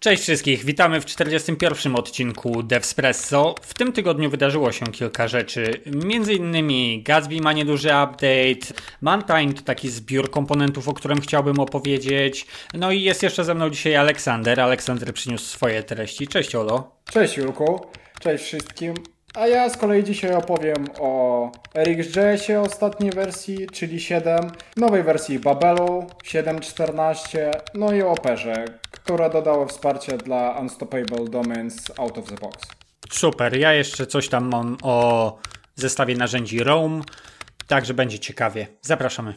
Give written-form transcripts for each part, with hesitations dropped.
Cześć wszystkich, witamy w 41. odcinku Devspresso. W tym tygodniu wydarzyło się kilka rzeczy, m.in. Gatsby ma nieduży update, Mantine to taki zbiór komponentów, o którym chciałbym opowiedzieć, no i jest jeszcze ze mną dzisiaj Aleksander. Aleksander przyniósł swoje treści. Cześć Olo. Cześć Julku, cześć wszystkim. A ja z kolei dzisiaj opowiem o RxJS-ie ostatniej wersji, czyli 7, nowej wersji Babelu 7.14, no i o Operze, która dodała wsparcie dla Unstoppable Domains out of the box. Super, ja jeszcze coś tam mam o zestawie narzędzi Roam, także będzie ciekawie. Zapraszamy.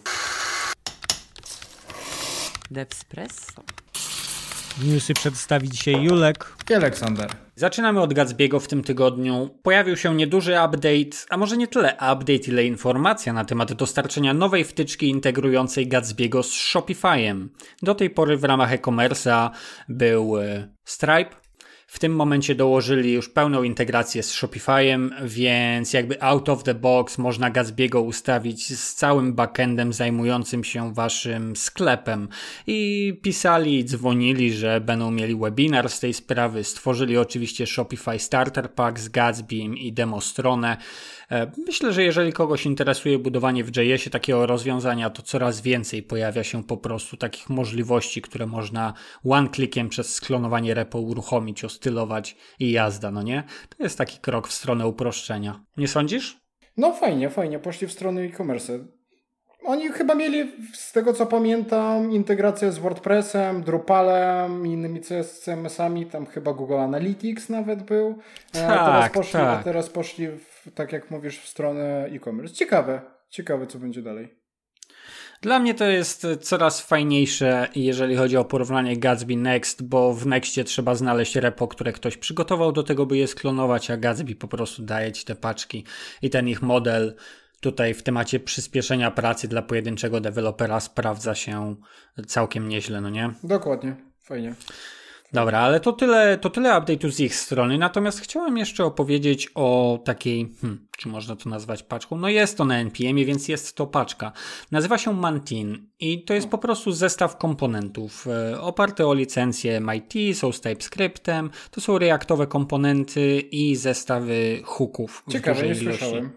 Devspresso. Newsy przedstawi dzisiaj Julek I Aleksander. Zaczynamy od Gatsby'ego w tym tygodniu. Pojawił się nieduży update, a może nie tyle update, ile informacja na temat dostarczenia nowej wtyczki integrującej Gatsby'ego z Shopify'em. Do tej pory w ramach e-commerce'a był Stripe. W tym momencie dołożyli już pełną integrację z Shopify'em, więc jakby out of the box można Gatsby'ego ustawić z całym backendem zajmującym się waszym sklepem. I pisali, dzwonili, że będą mieli webinar z tej sprawy. Stworzyli oczywiście Shopify Starter Pack z Gatsby'em i demo stronę. Myślę, że jeżeli kogoś interesuje budowanie w JS-ie takiego rozwiązania, to coraz więcej pojawia się po prostu takich możliwości, które można one-clickiem przez sklonowanie repo uruchomić, ostylować i jazda, no nie? To jest taki krok w stronę uproszczenia. Nie sądzisz? No fajnie, poszli w stronę e-commerce. Oni chyba mieli, z tego co pamiętam, integrację z WordPressem, Drupalem, innymi CMS-ami, tam chyba Google Analytics nawet był. A teraz poszli tak jak mówisz, w stronę e-commerce. Ciekawe co będzie dalej. Dla mnie to jest coraz fajniejsze, jeżeli chodzi o porównanie Gatsby Next, bo w Nextie trzeba znaleźć repo, które ktoś przygotował do tego, by je sklonować, a Gatsby po prostu daje ci te paczki i ten ich model tutaj w temacie przyspieszenia pracy dla pojedynczego dewelopera sprawdza się całkiem nieźle, no nie? Dokładnie, fajnie. Dobra, ale to tyle update'u z ich strony, natomiast chciałem jeszcze opowiedzieć o takiej, czy można to nazwać paczką? No jest to na NPM-ie, więc jest to paczka. Nazywa się Mantine i to jest po prostu zestaw komponentów oparty o licencję MIT, są z TypeScriptem, to są reaktowe komponenty i zestawy hooków. Ciekawe, nie słyszałem.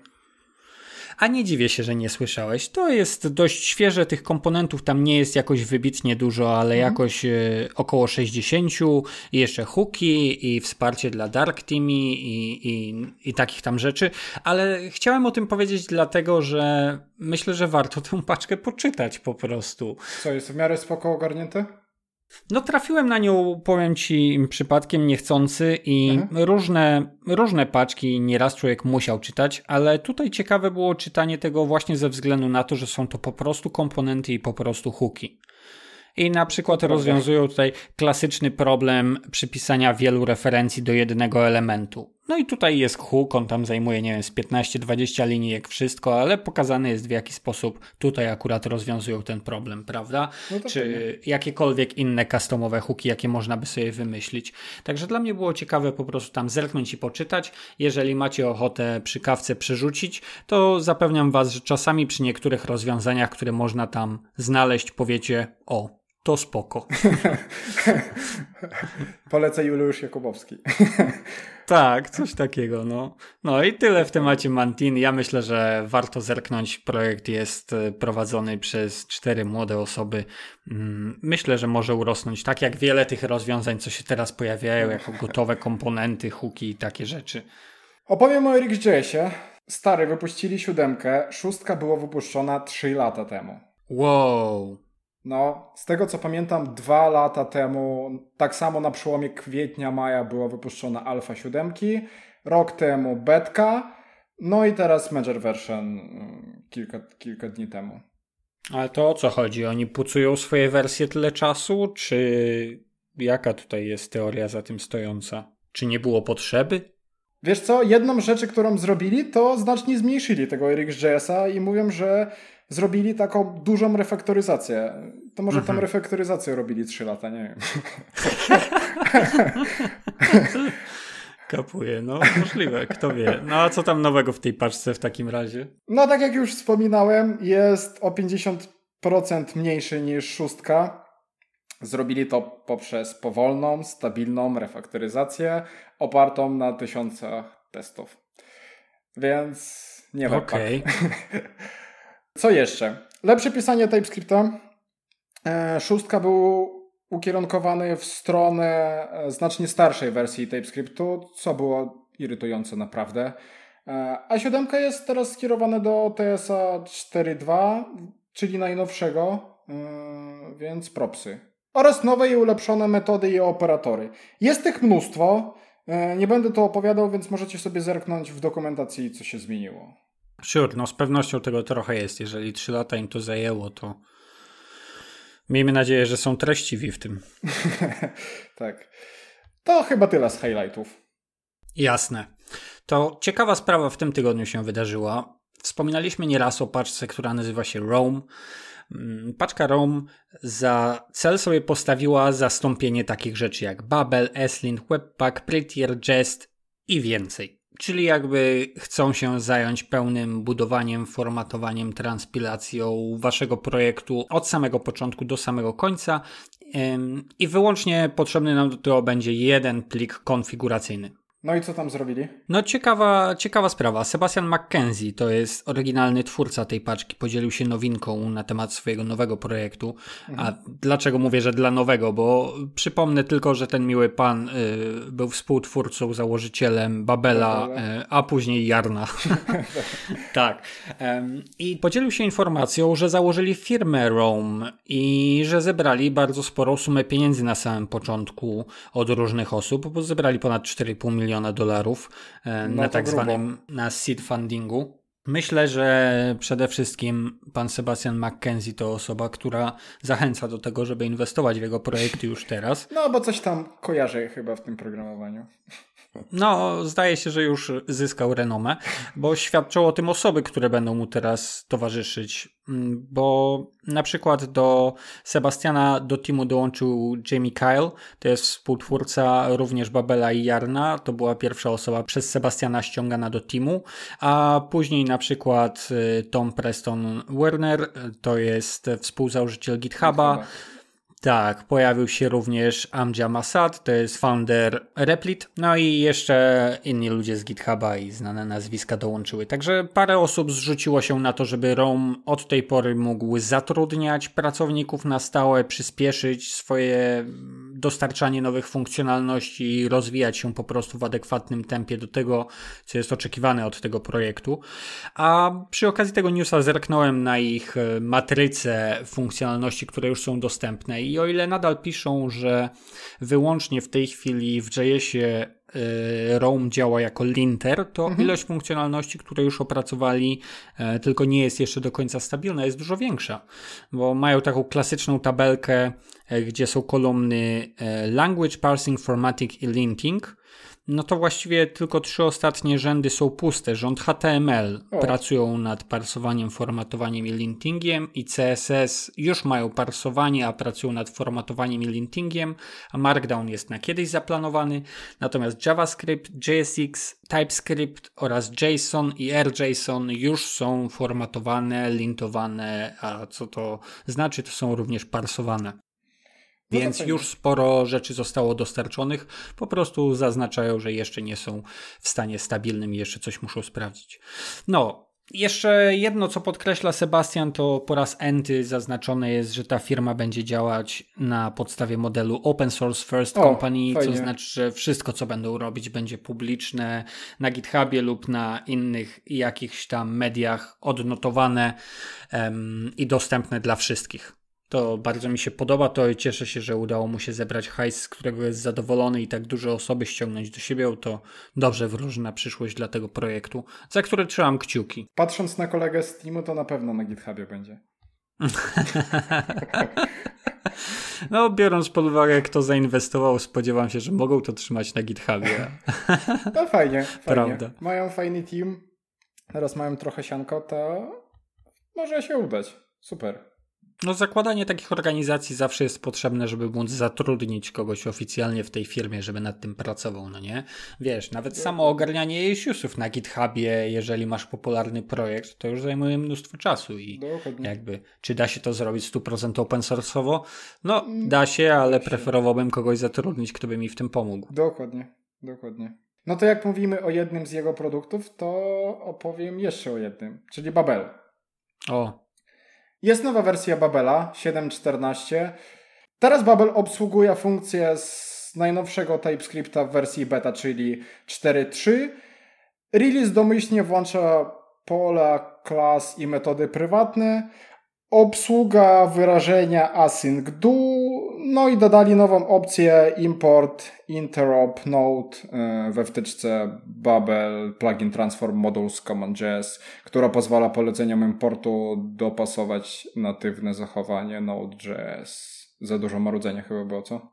A nie dziwię się, że nie słyszałeś. To jest dość świeże, tych komponentów tam nie jest jakoś wybitnie dużo, ale jakoś około 60 i jeszcze hooki i wsparcie dla Dark Teamy i takich tam rzeczy, ale chciałem o tym powiedzieć dlatego, że myślę, że warto tę paczkę poczytać po prostu. Co, jest w miarę spoko ogarnięte? No trafiłem na nią, powiem ci, przypadkiem niechcący i różne paczki nieraz człowiek musiał czytać, ale tutaj ciekawe było czytanie tego właśnie ze względu na to, że są to po prostu komponenty i po prostu hooki. I na przykład rozwiązują tutaj klasyczny problem przypisania wielu referencji do jednego elementu. No i tutaj jest hook, on tam zajmuje, nie wiem, z 15-20 linijek wszystko, ale pokazane jest w jaki sposób tutaj akurat rozwiązują ten problem, prawda? No czy jakiekolwiek inne customowe hooki, jakie można by sobie wymyślić. Także dla mnie było ciekawe po prostu tam zerknąć i poczytać. Jeżeli macie ochotę przy kawce przerzucić, to zapewniam was, że czasami przy niektórych rozwiązaniach, które można tam znaleźć, powiecie, o, to spoko. Polecę Juliusz Jakubowski. Tak, coś takiego, no. No i tyle w temacie Mantine. Ja myślę, że warto zerknąć. Projekt jest prowadzony przez 4 młode osoby. Myślę, że może urosnąć tak jak wiele tych rozwiązań, co się teraz pojawiają, jako gotowe komponenty, hooki i takie rzeczy. Opowiem o RxJS-ie. Stary, wypuścili 7, 6 była wypuszczona 3 lata temu. Wow. No, z tego co pamiętam 2 lata temu, tak samo na przełomie kwietnia, maja była wypuszczona alfa 7, rok temu betka, no i teraz major version kilka dni temu. Ale to o co chodzi? Oni pucują swoje wersje tyle czasu, czy jaka tutaj jest teoria za tym stojąca? Czy nie było potrzeby? Wiesz co, jedną rzecz, którą zrobili, to znacznie zmniejszyli tego RxJS-a i mówią, że zrobili taką dużą refaktoryzację. To może tam refaktoryzację robili 3 lata, nie wiem. Kapuję, no możliwe, kto wie. No a co tam nowego w tej paczce w takim razie? No tak jak już wspominałem, jest o 50% mniejszy niż 6. Zrobili to poprzez powolną, stabilną refaktoryzację opartą na tysiącach testów. Więc nie webpack. Okej. Co jeszcze? Lepsze pisanie TypeScripta. 6 był ukierunkowany w stronę znacznie starszej wersji TypeScriptu, co było irytujące naprawdę. A 7 jest teraz skierowane do TSA 4.2, czyli najnowszego, więc propsy. Oraz nowe i ulepszone metody i operatory. Jest tych mnóstwo. Nie będę to opowiadał, więc możecie sobie zerknąć w dokumentacji, co się zmieniło. Sure, no z pewnością tego trochę jest. Jeżeli 3 lata im to zajęło, to miejmy nadzieję, że są treściwi w tym. Tak. To chyba tyle z highlightów. Jasne. To ciekawa sprawa w tym tygodniu się wydarzyła. Wspominaliśmy nieraz o paczce, która nazywa się Roam. Paczka Roam za cel sobie postawiła zastąpienie takich rzeczy jak Babel, ESLint, Webpack, Prettier, Jest i więcej. Czyli jakby chcą się zająć pełnym budowaniem, formatowaniem, transpilacją waszego projektu od samego początku do samego końca i wyłącznie potrzebny nam do tego będzie jeden plik konfiguracyjny. No i co tam zrobili? No ciekawa sprawa. Sebastian McKenzie, to jest oryginalny twórca tej paczki, podzielił się nowinką na temat swojego nowego projektu. A dlaczego mówię, że dla nowego? Bo przypomnę tylko, że ten miły pan był współtwórcą, założycielem Babela, a później Yarna. Tak. I podzielił się informacją, że założyli firmę Roam i że zebrali bardzo sporą sumę pieniędzy na samym początku od różnych osób, bo zebrali ponad $4,5 miliona na tak zwanym na seed fundingu. Myślę, że przede wszystkim pan Sebastian McKenzie to osoba, która zachęca do tego, żeby inwestować w jego projekty już teraz. No, bo coś tam kojarzę chyba w tym programowaniu. No, zdaje się, że już zyskał renomę, bo świadczą o tym osoby, które będą mu teraz towarzyszyć, bo na przykład do Sebastiana do teamu dołączył Jamie Kyle, to jest współtwórca również Babela i Yarna, to była pierwsza osoba przez Sebastiana ściągana do teamu, a później na przykład Tom Preston Werner, to jest współzałożyciel GitHuba. Tak, pojawił się również Amjad Masad, to jest founder Replit, no i jeszcze inni ludzie z GitHuba i znane nazwiska dołączyły. Także parę osób zrzuciło się na to, żeby Roam od tej pory mógł zatrudniać pracowników na stałe, przyspieszyć swoje dostarczanie nowych funkcjonalności i rozwijać się po prostu w adekwatnym tempie do tego, co jest oczekiwane od tego projektu. A przy okazji tego newsa zerknąłem na ich matrycę funkcjonalności, które już są dostępne i o ile nadal piszą, że wyłącznie w tej chwili w JS-ie Roam działa jako linter, to ilość funkcjonalności, które już opracowali, tylko nie jest jeszcze do końca stabilna, jest dużo większa, bo mają taką klasyczną tabelkę, gdzie są kolumny Language, Parsing, Formatting i Linting. No to właściwie tylko 3 ostatnie rzędy są puste. Rząd HTML pracują nad parsowaniem, formatowaniem i lintingiem i CSS już mają parsowanie, a pracują nad formatowaniem i lintingiem, a Markdown jest na kiedyś zaplanowany. Natomiast JavaScript, JSX, TypeScript oraz JSON i RJSON już są formatowane, lintowane, a co to znaczy? To są również parsowane. Więc już sporo rzeczy zostało dostarczonych. Po prostu zaznaczają, że jeszcze nie są w stanie stabilnym i jeszcze coś muszą sprawdzić. No, jeszcze jedno, co podkreśla Sebastian, to po raz enty zaznaczone jest, że ta firma będzie działać na podstawie modelu Open Source First Company, co znaczy, że wszystko, co będą robić, będzie publiczne na GitHubie lub na innych jakichś tam mediach odnotowane i dostępne dla wszystkich. To bardzo mi się podoba, to cieszę się, że udało mu się zebrać hajs, z którego jest zadowolony i tak duże osoby ściągnąć do siebie, to dobrze wróży na przyszłość dla tego projektu, za który trzymam kciuki. Patrząc na kolegę z teamu, to na pewno na GitHubie będzie. No, biorąc pod uwagę, kto zainwestował, spodziewam się, że mogą to trzymać na GitHubie. No fajnie. Prawda. Mają fajny team, teraz mają trochę sianko, to może się udać. Super. No zakładanie takich organizacji zawsze jest potrzebne, żeby móc zatrudnić kogoś oficjalnie w tej firmie, żeby nad tym pracował, no nie? Wiesz, nawet samo ogarnianie issuesów na GitHubie, jeżeli masz popularny projekt, to już zajmuje mnóstwo czasu i jakby, czy da się to zrobić 100% open source'owo? No, da się, ale preferowałbym kogoś zatrudnić, kto by mi w tym pomógł. Dokładnie. No to jak mówimy o jednym z jego produktów, to opowiem jeszcze o jednym, czyli Babel. Jest nowa wersja Babela 7.14. Teraz Babel obsługuje funkcję z najnowszego TypeScripta w wersji beta, czyli 4.3. Release domyślnie włącza pola, klas i metody prywatne. Obsługa wyrażenia async do, no i dodali nową opcję import interop node we wtyczce Babel plugin transform modules command.js, która pozwala poleceniom importu dopasować natywne zachowanie Node.js. Za dużo marudzenia chyba było, co?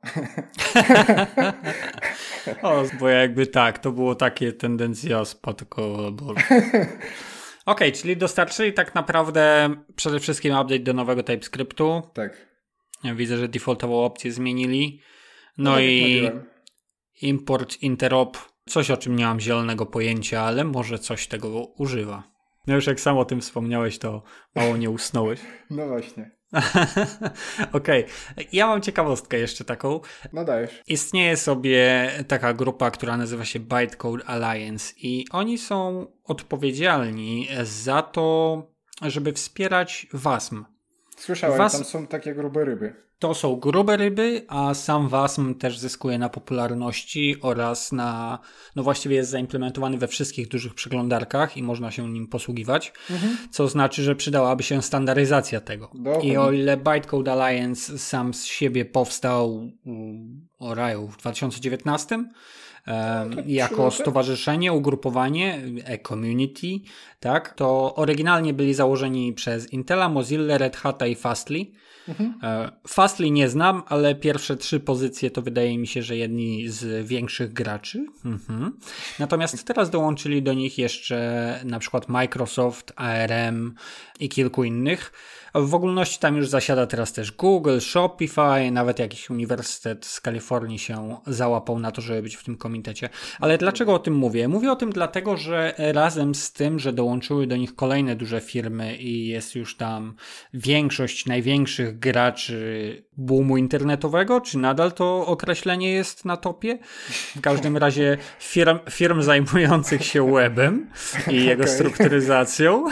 Bo jakby tak, to było takie tendencja spadkowa. Okej, czyli dostarczyli tak naprawdę przede wszystkim update do nowego TypeScriptu. Tak. Widzę, że defaultową opcję zmienili. No i import interop. Coś, o czym nie mam zielonego pojęcia, ale może coś tego używa. No już jak sam o tym wspomniałeś, to mało nie usnąłeś. No właśnie. Okej. Ja mam ciekawostkę jeszcze taką. No dajesz. Istnieje sobie taka grupa, która nazywa się Bytecode Alliance i oni są odpowiedzialni za to, żeby wspierać WASM. Słyszałem, tam są takie grube ryby. To są grube ryby, a sam WASM też zyskuje na popularności oraz no właściwie jest zaimplementowany we wszystkich dużych przeglądarkach i można się nim posługiwać, co znaczy, że przydałaby się standaryzacja tego. Dokładnie. I o ile Bytecode Alliance sam z siebie powstał w 2019 jako stowarzyszenie, ugrupowanie, community, tak, to oryginalnie byli założeni przez Intela, Mozilla, Red Hata i Fastly. Fastly nie znam, ale pierwsze 3 pozycje to wydaje mi się, że jedni z większych graczy. Natomiast teraz dołączyli do nich jeszcze na przykład Microsoft, ARM i kilku innych. W ogólności tam już zasiada teraz też Google, Shopify, nawet jakiś uniwersytet z Kalifornii się załapał na to, żeby być w tym komitecie. Ale dlaczego o tym mówię? Mówię o tym dlatego, że razem z tym, że dołączyły do nich kolejne duże firmy i jest już tam większość największych graczy boomu internetowego, czy nadal to określenie jest na topie? W każdym razie firm zajmujących się webem i jego strukturyzacją.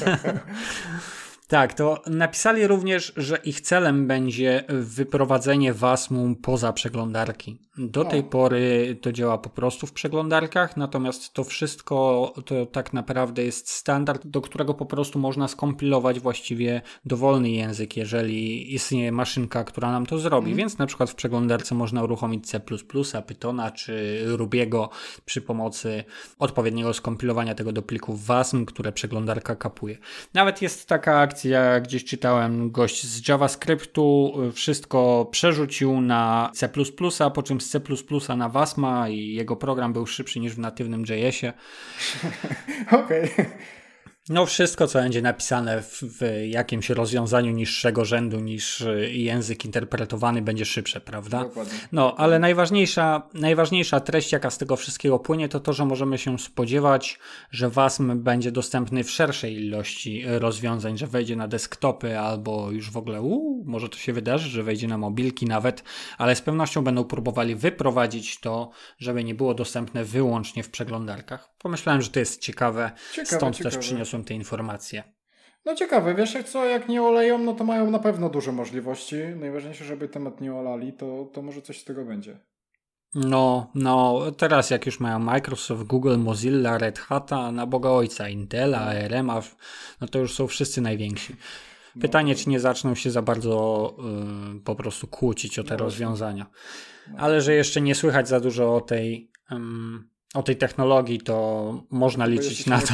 Tak, to napisali również, że ich celem będzie wyprowadzenie WASM-u poza przeglądarki. Do tej pory to działa po prostu w przeglądarkach, natomiast to wszystko to tak naprawdę jest standard, do którego po prostu można skompilować właściwie dowolny język, jeżeli istnieje maszynka, która nam to zrobi. Więc na przykład w przeglądarce można uruchomić C++, Pythona czy Rubiego przy pomocy odpowiedniego skompilowania tego do plików WASM, które przeglądarka kapuje. Nawet jest taka akcja, gdzieś czytałem, gość z JavaScriptu wszystko przerzucił na C++, po czym z C++ na WASM-a i jego program był szybszy niż w natywnym JS-ie. Okej. No wszystko, co będzie napisane w jakimś rozwiązaniu niższego rzędu niż język interpretowany, będzie szybsze, prawda? Dokładnie. No, ale najważniejsza treść, jaka z tego wszystkiego płynie, to to, że możemy się spodziewać, że WASM będzie dostępny w szerszej ilości rozwiązań, że wejdzie na desktopy albo już w ogóle, może to się wydarzy, że wejdzie na mobilki nawet, ale z pewnością będą próbowali wyprowadzić to, żeby nie było dostępne wyłącznie w przeglądarkach. Pomyślałem, że to jest ciekawe. Stąd też przyniosłem te informacje. No ciekawe, wiesz co, jak nie oleją, no to mają na pewno duże możliwości. Najważniejsze, żeby temat nie olali, to może coś z tego będzie. No, teraz jak już mają Microsoft, Google, Mozilla, Red Hata, na Boga Ojca, Intela, ARM, no to już są wszyscy najwięksi. Pytanie, czy nie zaczną się za bardzo po prostu kłócić o te rozwiązania. Ale że jeszcze nie słychać za dużo o tej technologii, to można liczyć na to,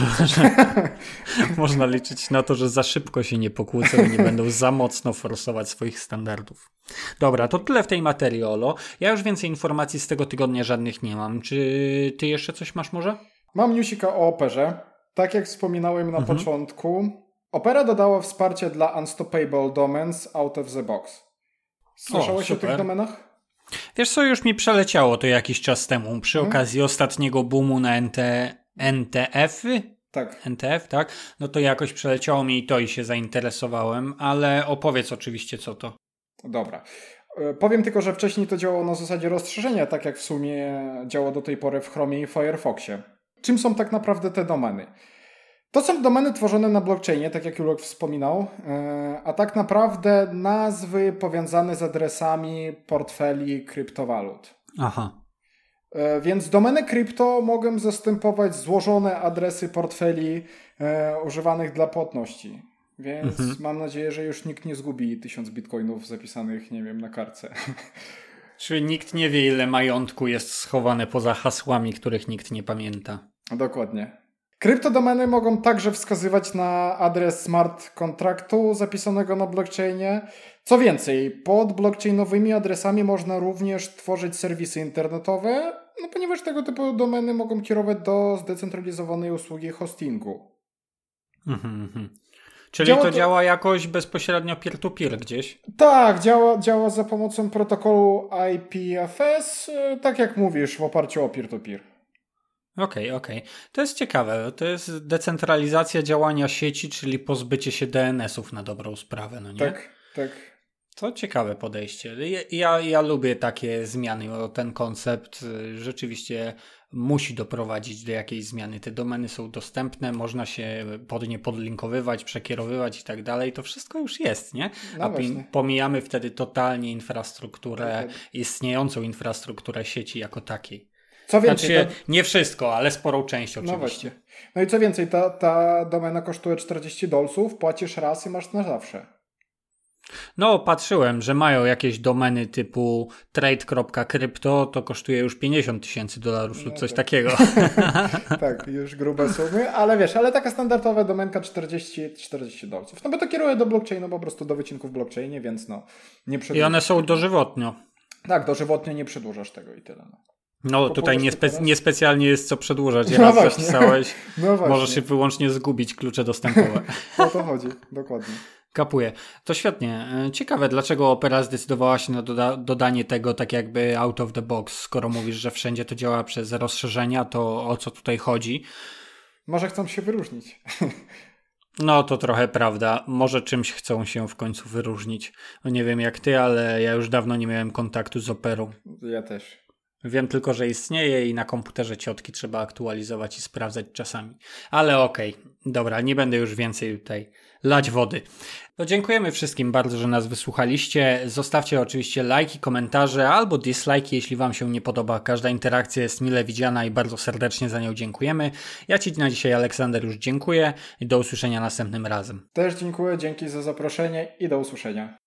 że za szybko się nie pokłócą i nie będą za mocno forsować swoich standardów. Dobra, to tyle w tej materii, Olo. Ja już więcej informacji z tego tygodnia żadnych nie mam. Czy ty jeszcze coś masz może? Mam newsika o Operze. Tak jak wspominałem na początku, Opera dodała wsparcie dla Unstoppable Domains out of the box. Słyszałeś o tych domenach? Wiesz co, już mi przeleciało to jakiś czas temu, przy okazji ostatniego boomu na NTF-y? Tak. NTF, tak? No to jakoś przeleciało mi i się zainteresowałem, ale opowiedz oczywiście co to. Dobra. Powiem tylko, że wcześniej to działało na zasadzie rozszerzenia, tak jak w sumie działa do tej pory w Chromie i Firefoxie. Czym są tak naprawdę te domeny? To są domeny tworzone na blockchainie, tak jak Julek wspominał, a tak naprawdę nazwy powiązane z adresami portfeli kryptowalut. Aha. Więc domeny krypto mogą zastępować złożone adresy portfeli używanych dla płatności. Więc mam nadzieję, że już nikt nie zgubi 1000 bitcoinów zapisanych, nie wiem, na kartce. Czyli nikt nie wie, ile majątku jest schowane poza hasłami, których nikt nie pamięta. Dokładnie. Kryptodomeny mogą także wskazywać na adres smart kontraktu zapisanego na blockchainie. Co więcej, pod blockchainowymi adresami można również tworzyć serwisy internetowe, ponieważ tego typu domeny mogą kierować do zdecentralizowanej usługi hostingu. Czyli to działa jakoś bezpośrednio peer-to-peer gdzieś? Tak, działa za pomocą protokołu IPFS, tak jak mówisz, w oparciu o peer-to-peer. Okej. To jest ciekawe. To jest decentralizacja działania sieci, czyli pozbycie się DNS-ów na dobrą sprawę, no nie? Tak. To ciekawe podejście. Ja lubię takie zmiany, bo ten koncept rzeczywiście musi doprowadzić do jakiejś zmiany. Te domeny są dostępne, można się pod nie podlinkowywać, przekierowywać i tak dalej. To wszystko już jest, nie? A pomijamy wtedy totalnie infrastrukturę, istniejącą infrastrukturę sieci jako takiej. Co więcej, znaczy, nie wszystko, ale sporą część oczywiście. No i co więcej, ta domena kosztuje $40, płacisz raz i masz na zawsze. No, patrzyłem, że mają jakieś domeny typu trade.crypto, to kosztuje już $50,000 lub coś takiego. Tak, już grube sumy, ale wiesz, taka standardowa domenka $40. No bo to kieruje do blockchainu, po prostu do wycinków w blockchainie, więc nie przedłużasz. I one są dożywotnio. Tak, dożywotnio nie przedłużasz tego i tyle. No tutaj niespecjalnie jest co przedłużać. Raz zapisałeś, możesz się wyłącznie zgubić klucze dostępowe. O to chodzi, dokładnie. Kapuję. To świetnie. Ciekawe, dlaczego Opera zdecydowała się na dodanie tego tak jakby out of the box. Skoro mówisz, że wszędzie to działa przez rozszerzenia, to o co tutaj chodzi? Może chcą się wyróżnić. No to trochę prawda. Może czymś chcą się w końcu wyróżnić. Nie wiem jak ty, ale ja już dawno nie miałem kontaktu z Operą. Ja też. Wiem tylko, że istnieje i na komputerze ciotki trzeba aktualizować i sprawdzać czasami. Ale okej. Dobra, nie będę już więcej tutaj lać wody. To dziękujemy wszystkim bardzo, że nas wysłuchaliście. Zostawcie oczywiście lajki, komentarze albo dislajki, jeśli wam się nie podoba. Każda interakcja jest mile widziana i bardzo serdecznie za nią dziękujemy. Ja ci na dzisiaj, Aleksander, już dziękuję i do usłyszenia następnym razem. Też dziękuję, dzięki za zaproszenie i do usłyszenia.